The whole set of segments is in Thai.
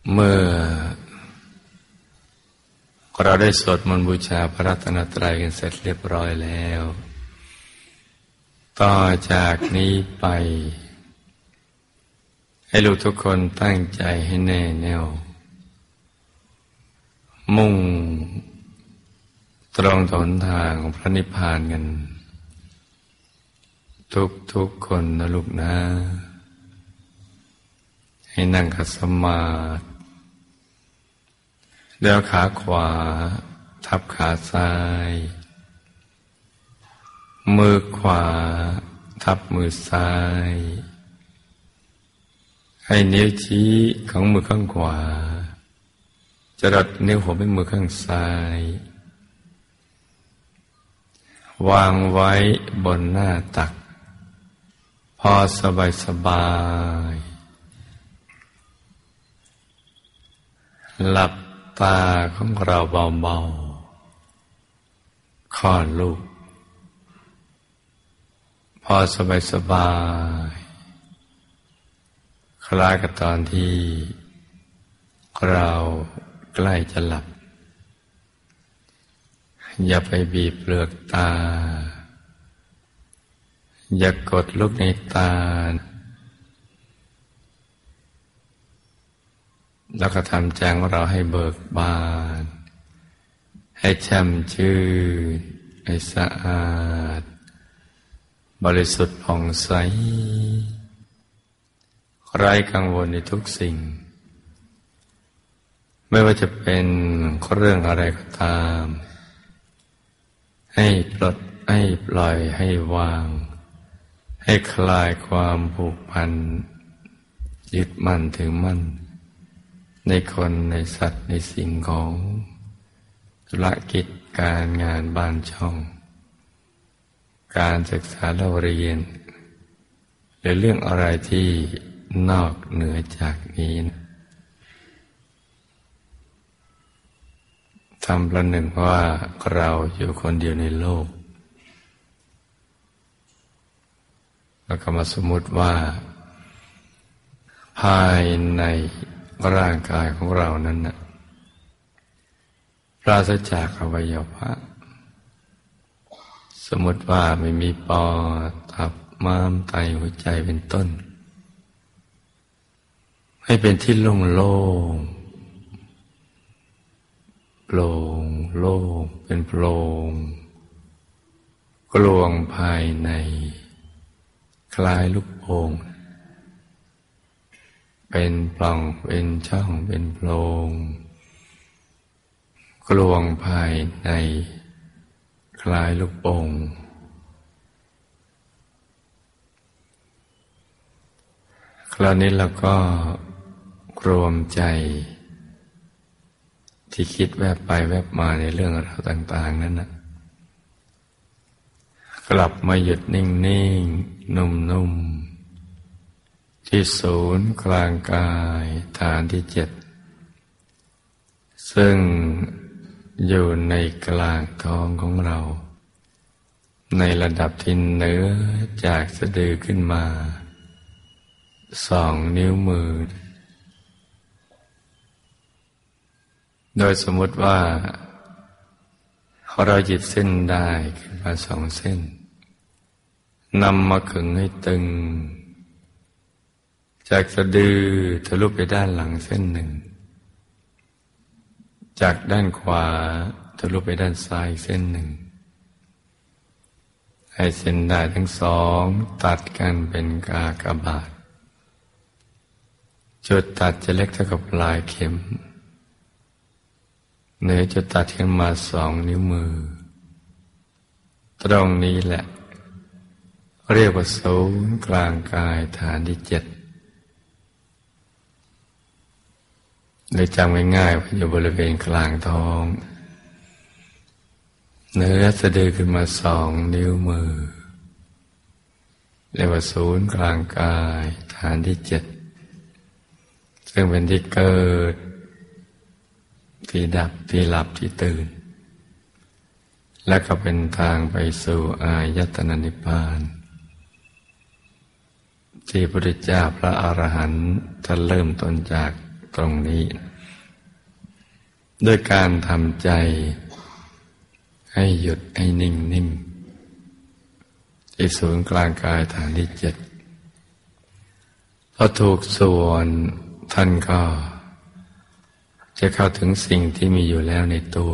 เมื่อเราได้สวดมนต์บูชาพระรัตนตรัยกันเสร็จเรียบร้อยแล้วต่อจากนี้ไปให้ลูกทุกคนตั้งใจให้แน่แน่วมุ่งตรงต่อหนทางของพระนิพพานกันทุกคนนะลูกนะให้นั่งขัดสมาธิแล้วขาขวาทับขาซ้ายมือขวาทับมือซ้ายให้นิ้วชี้ของมือข้างขวาจรดนิ้วหัวแม่มือข้างซ้ายวางไว้บนหน้าตักพอสบายหลับตาของเราเบาๆคลอดลูกพอสบายคล้ายกับตอนที่เราใกล้จะหลับอย่าไปบีบเปลือกตาอย่ากดลูกในตาแล้วก็ทำใจของเราให้เบิกบานให้แช่มชื่นให้สะอาดบริสุทธิ์ผ่องใสไร้กังวลในทุกสิ่งไม่ว่าจะเป็นเรื่องอะไรก็ตามให้ปลดให้ปล่อยให้วางให้คลายความผูกพันยึดมั่นถือมั่นในคนในสัตว์ในสิ่งของธุรกิจการงานบ้านช่องการศึกษาเล่าเรียนหรือเรื่องอะไรที่นอกเหนือจากนี้ทำประหนึ่งว่าเราอยู่คนเดียวในโลกแล้วก็มาสมมติว่าภายในร่างกายของเรานั้นนะปราศจากอวัยวะสมมติว่าไม่มีปอดตับม้ามไตหัวใจเป็นต้นให้เป็นที่โล่งโล่งโปร่งโล่งเป็นโปร่งกลวงภายในคล้ายลูกโป่งเป็นปล่องเป็นช่องเป็นโพรงกลวงภายในคล้ายลูกโป่งคราวนี้เราก็รวมใจที่คิดแวบไปแวบมาในเรื่องราวต่างๆนั้นนะกลับมาหยุดนิ่งๆนุ่มๆที่ศูนย์กลางกายฐานที่7ซึ่งอยู่ในกลางท้องของเราในระดับที่เหนือจากสะดือขึ้นมา2 นิ้วมือโดยสมมติว่าเราหยิบเส้นได้ขึ้นมา2 เส้นนำมาขึงให้ตึงจากสะดือทะลุไปด้านหลังเส้นหนึ่งจากด้านขวาทะลุไปด้านซ้ายเส้นหนึ่งให้เส้นได้ทั้ง2ตัดกันเป็นกากบาทจุดตัดจะเล็กเท่ากับปลายเข็มเหนือจุดตัดขึ้นมา2 นิ้วมือตรงนี้แหละเรียกว่าศูนย์กลางกายฐานที่7เลยจำง่ายๆว่าอยู่บริเวณกลางท้องเหนือสะดือขึ้นมา2 นิ้วมือเรียกว่าศูนย์กลางกายฐานที่7ซึ่งเป็นที่เกิดที่ดับที่หลับที่ตื่นและก็เป็นทางไปสู่อายตนะนิพพานที่พระพุทธเจ้าพระอรหันต์ท่านเริ่มต้นจากตรงนี้ด้วยการทำใจให้หยุดให้นิ่งนิ่งที่ศูนย์กลางกายฐานที่7พอถูกส่วนท่านก็จะเข้าถึงสิ่งที่มีอยู่แล้วในตัว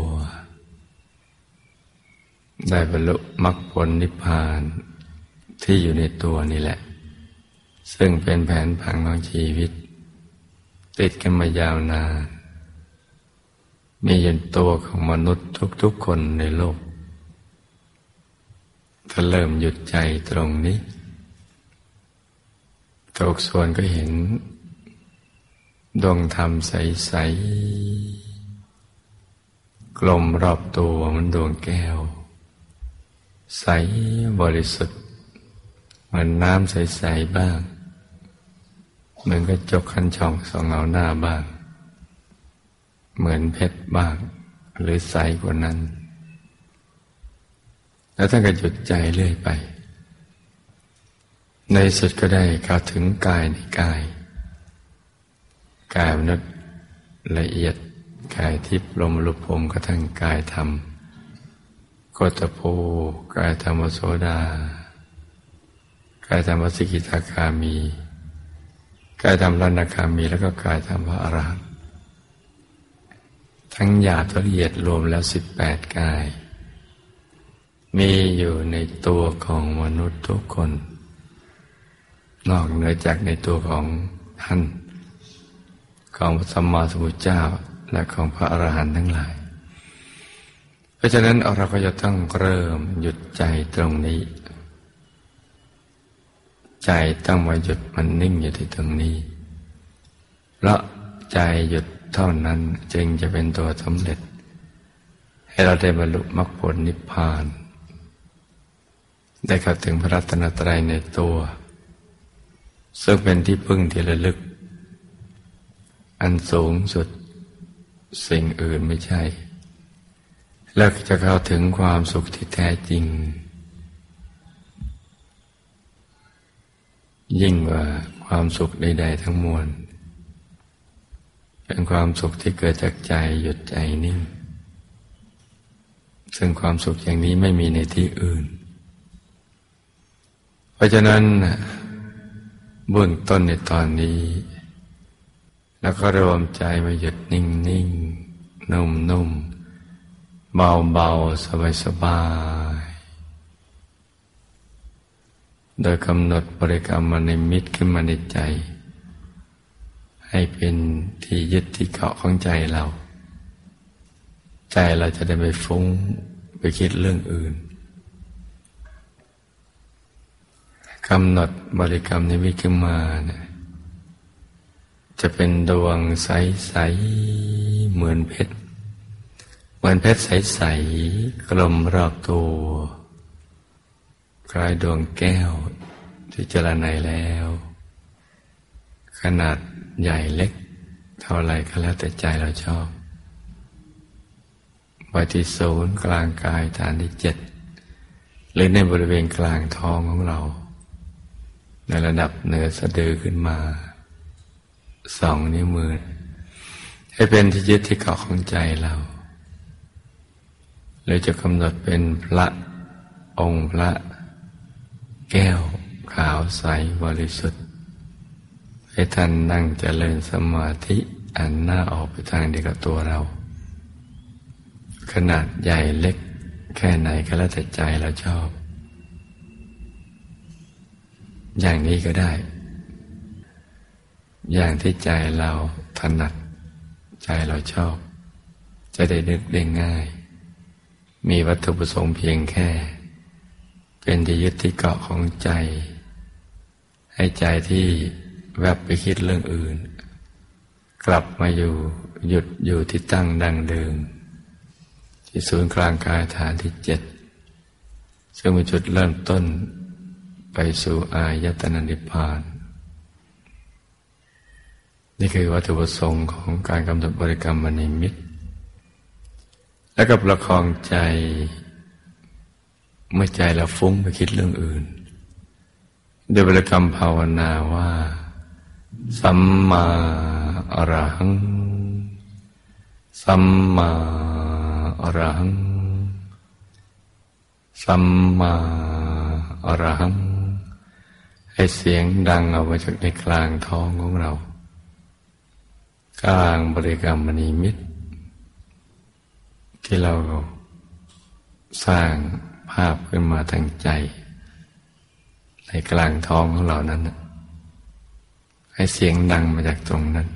ได้บรรลุมรรคผลนิพพานที่อยู่ในตัวนี่แหละซึ่งเป็นแผนผังของชีวิตติดกันมายาวนานมีอยู่ในตัวของมนุษย์ทุกๆคนในโลกถ้าเริ่มหยุดใจตรงนี้ทุกส่วนก็เห็นดวงธรรมใสๆกลมรอบตัวเหมือนดวงแก้วใสบริสุทธิ์เหมือนน้ำใสๆบ้างเหมือนกระจกคันช่องส่องเงาหน้าบ้างเหมือนเพชรบ้างหรือใสกว่านั้นแล้วท่านก็หยุดใจเรื่อยไปในสุดก็ได้เข้าถึงกายในกายมนุษย์ละเอียดกายทิพย์ลมลุกพรหมกระทั่งกายธรรมโคตภูกายธรรมโสดากายธรรมสกิทาคามีกายธรรมอนาคามีแล้วก็กายธรรมพระอรหันต์ทั้งหยาบละเอียดรวมแล้ว18กายมีอยู่ในตัวของมนุษย์ทุกคนนอกเหนือจากในตัวของท่านของพระสัมมาสัมพุทธเจ้าและของพระอรหันต์ทั้งหลายเพราะฉะนั้นเราก็จะต้องเริ่มหยุดใจตรงนี้ใจต้องมาหยุดมันนิ่งอยู่ที่ตรงนี้เพราะใจหยุดเท่านั้นจึงจะเป็นตัวสำเร็จให้เราได้บรรลุมรรคผลนิพพานได้เข้าถึงพระรัตนตรัยในตัวซึ่งเป็นที่พึ่งที่ระลึกอันสูงสุดสิ่งอื่นไม่ใช่แล้วจะเข้าถึงความสุขที่แท้จริงยิ่งกว่าความสุขใดๆทั้งมวลเป็นความสุขที่เกิดจากใจหยุดใจนิ่งซึ่งความสุขอย่างนี้ไม่มีในที่อื่นเพราะฉะนั้นเบื้องต้นในตอนนี้แล้วก็รวมใจมาหยุดนิ่งๆนุ่มๆเบาๆสบายๆโดยกำหนดบริกรรมนิมิตขึ้นมาในใจให้เป็นที่ยึดที่เกาะของใจเราจะได้ไม่ฟุ้งไปคิดเรื่องอื่นกำหนดบริกรรมนิมิตขึ้นมาเนี่ยจะเป็นดวงใสๆเหมือนเพชรใสๆกลมรอบตัวคล้ายดวงแก้วที่เจรไนแล้วขนาดใหญ่เล็กเท่าไรก็แล้วแต่ใจเราชอบไว้ที่ศูนย์กลางกายฐานที่7หรือในบริเวณกลางท้องของเราในระดับเหนือสะดือขึ้นมา2 นิ้วมือให้เป็นที่ยึดที่เกาะของใจเราเลยจะกำหนดเป็นพระองค์พระแก้วขาวใสบริสุทธิ์ให้ท่านนั่งเจริญสมาธิอันหน้าออกไปทางเดียวกับตัวเราขนาดใหญ่เล็กแค่ไหนก็แล้วแต่ใจเราชอบอย่างนี้ก็ได้อย่างที่ใจเราถนัดใจเราชอบจะได้นึกได้ง่ายมีวัตถุประสงค์เพียงแค่เป็นที่ยึดที่เกาะของใจให้ใจที่แวบไปคิดเรื่องอื่นกลับมาหยุดอยู่ที่ตั้งดังเดิมที่ศูนย์กลางกายฐานที่7ซึ่งเป็นจุดเริ่มต้นไปสู่อายตนะนิพพานนี่คือวัตถุประสงค์ของการกำหนดบริกรรมนิมิตและก็ประคองใจเมื่อใจเราฟุ้งไปคิดเรื่องอื่นโดยบริกรรมภาวนาว่าสัมมาอรหังสัมมาอรหังสัมมาอรหังให้เสียงดังออกมาจากในกลางท้องของเรากลางบริกรรมนิมิตที่เราสร้างภาพขึ้นมาทางใจในกลางท้องของเรานั้นให้เสียงดังมาจากตรงนั้น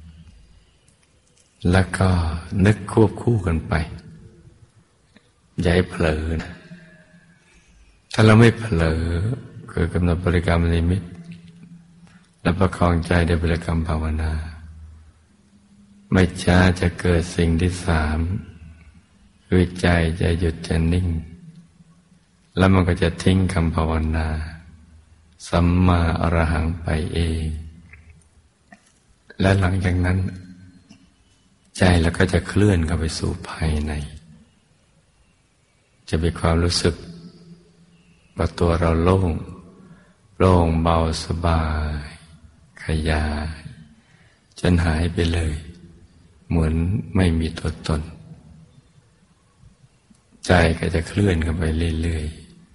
แล้วก็นึกควบคู่กันไปอย่าให้เผลอนะถ้าเราไม่เผลอคือกำหนดบริกรรมนิมิตและประคองใจด้วยบริกรรมภาวนาไม่ช้าจะเกิดสิ่งที่สามคือใจจะหยุดจะนิ่งแล้วมันก็จะทิ้งคำภาวนาสัมมาอรหังไปเองและหลังจากนั้นใจเราก็จะเคลื่อนเข้าไปสู่ภายในจะมีความรู้สึกว่าตัวเราโล่งเบาสบายขยายจนหายไปเลยเหมือนไม่มีตัวตนใจก็จะเคลื่อนกันไปเรื่อย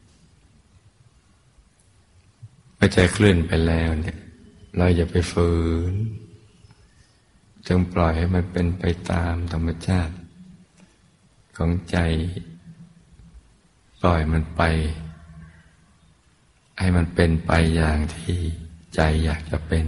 ๆเมื่อใจเคลื่อนไปแล้วเนี่ยเราอย่าไปฝืนจงปล่อยให้มันเป็นไปตามธรรมชาติของใจปล่อยมันไปให้มันเป็นไปอย่างที่ใจอยากจะเป็น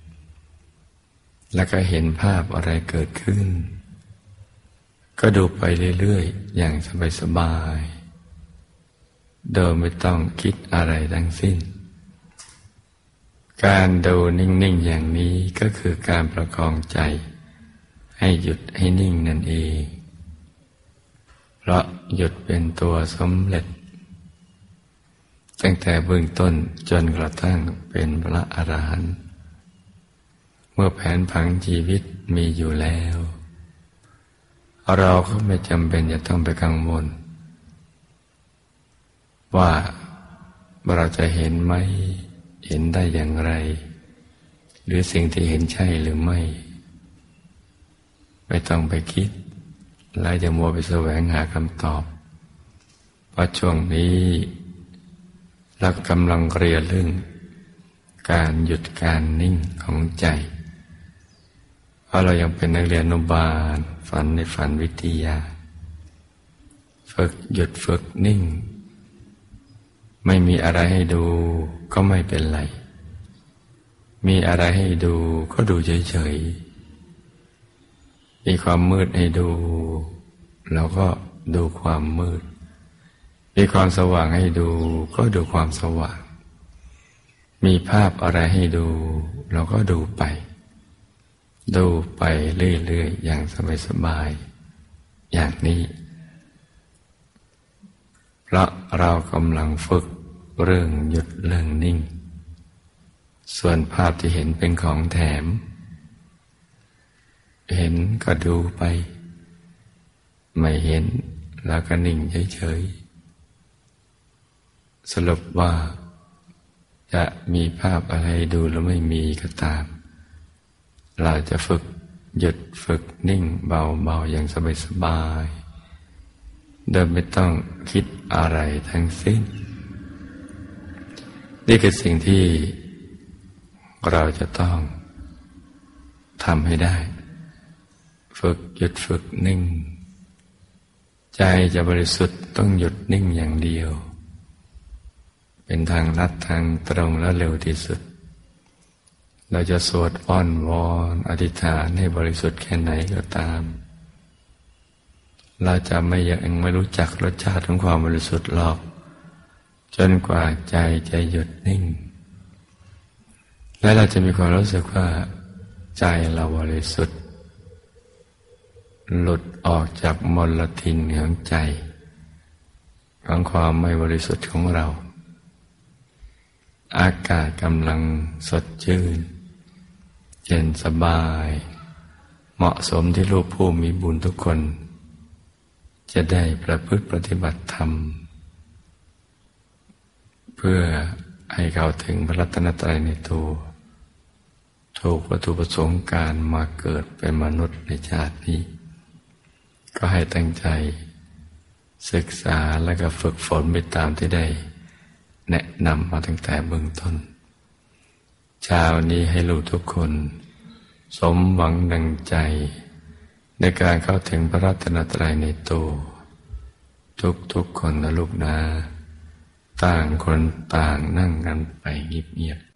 แล้วก็เห็นภาพอะไรเกิดขึ้นก็ดูไปเรื่อยๆอย่างสบายๆโดยไม่ต้องคิดอะไรทั้งสิ้นการดูนิ่งๆอย่างนี้ก็คือการประคองใจให้หยุดให้นิ่งนั่นเองเพราะหยุดเป็นตัวสำเร็จตั้งแต่เบื้องต้นจนกระทั่งเป็นพระอรหันต์เมื่อแผนผังชีวิตมีอยู่แล้วเราก็ไม่จำเป็นจะต้องไปกังวลว่าเราจะเห็นไหมเห็นได้อย่างไรหรือสิ่งที่เห็นใช่หรือไม่ต้องไปคิดและจะมัวไปแสวงหาคำตอบเพราะช่วงนี้เรากำลังเรียนเรื่องการหยุดการนิ่งของใจเพราะเรายังเป็นนักเรียนอนุบาลฝันในฝันวิทยาฝึกหยุดฝึกนิ่งไม่มีอะไรให้ดูก็ไม่เป็นไรมีอะไรให้ดูก็ดูเฉยๆมีความมืดให้ดูเราก็ดูความมืดมีความสว่างให้ดูก็ดูความสว่างมีภาพอะไรให้ดูเราก็ดูไปเรื่อยๆอย่างสบายๆอย่างนี้เพราะเรากำลังฝึกเรื่องหยุดเรื่องนิ่งส่วนภาพที่เห็นเป็นของแถมเห็นก็ดูไปไม่เห็นแล้วก็นิ่งเฉยๆสรุปว่าจะมีภาพอะไรดูหรือไม่มีก็ตามเราจะฝึกหยุดฝึกนิ่งเบาๆอย่างสบายๆโดยไม่ต้องคิดอะไรทั้งสิ้นนี่คือสิ่งที่เราจะต้องทำให้ได้ฝึกหยุดฝึกนิ่งใจจะบริสุทธิ์ต้องหยุดนิ่งอย่างเดียวเป็นทางลัดทางตรงและเร็วที่สุดเราจะสวดอ้อนวอนอธิษฐานให้บริสุทธิ์แค่ไหนก็ตามเราจะยังไม่รู้จักรสชาติของความบริสุทธิ์หรอกจนกว่าใจจะหยุดนิ่งและเราจะมีความรู้สึกว่าใจเราบริสุทธิ์หลุดออกจากมลทินของใจของความไม่บริสุทธิ์ของเราอากาศกำลังสดชื่นเย็นสบายเหมาะสมที่ลูกผู้มีบุญทุกคนจะได้ประพฤติปฏิบัติธรรมเพื่อให้เข้าถึงพระรัตนตรัยในตัวถูกวัตถุประสงค์การมาเกิดเป็นมนุษย์ในชาตินี้ก็ให้ตั้งใจศึกษาและก็ฝึกฝนไปตามที่ได้แนะนำมาตั้งแต่เบื้องต้นเช้านี้ให้ลูกทุกคนสมหวังดังใจในการเข้าถึงพระรัตนตรัยในตัวทุกคนนะลูกนะต่างคนต่างนั่งกันไปเงียบๆ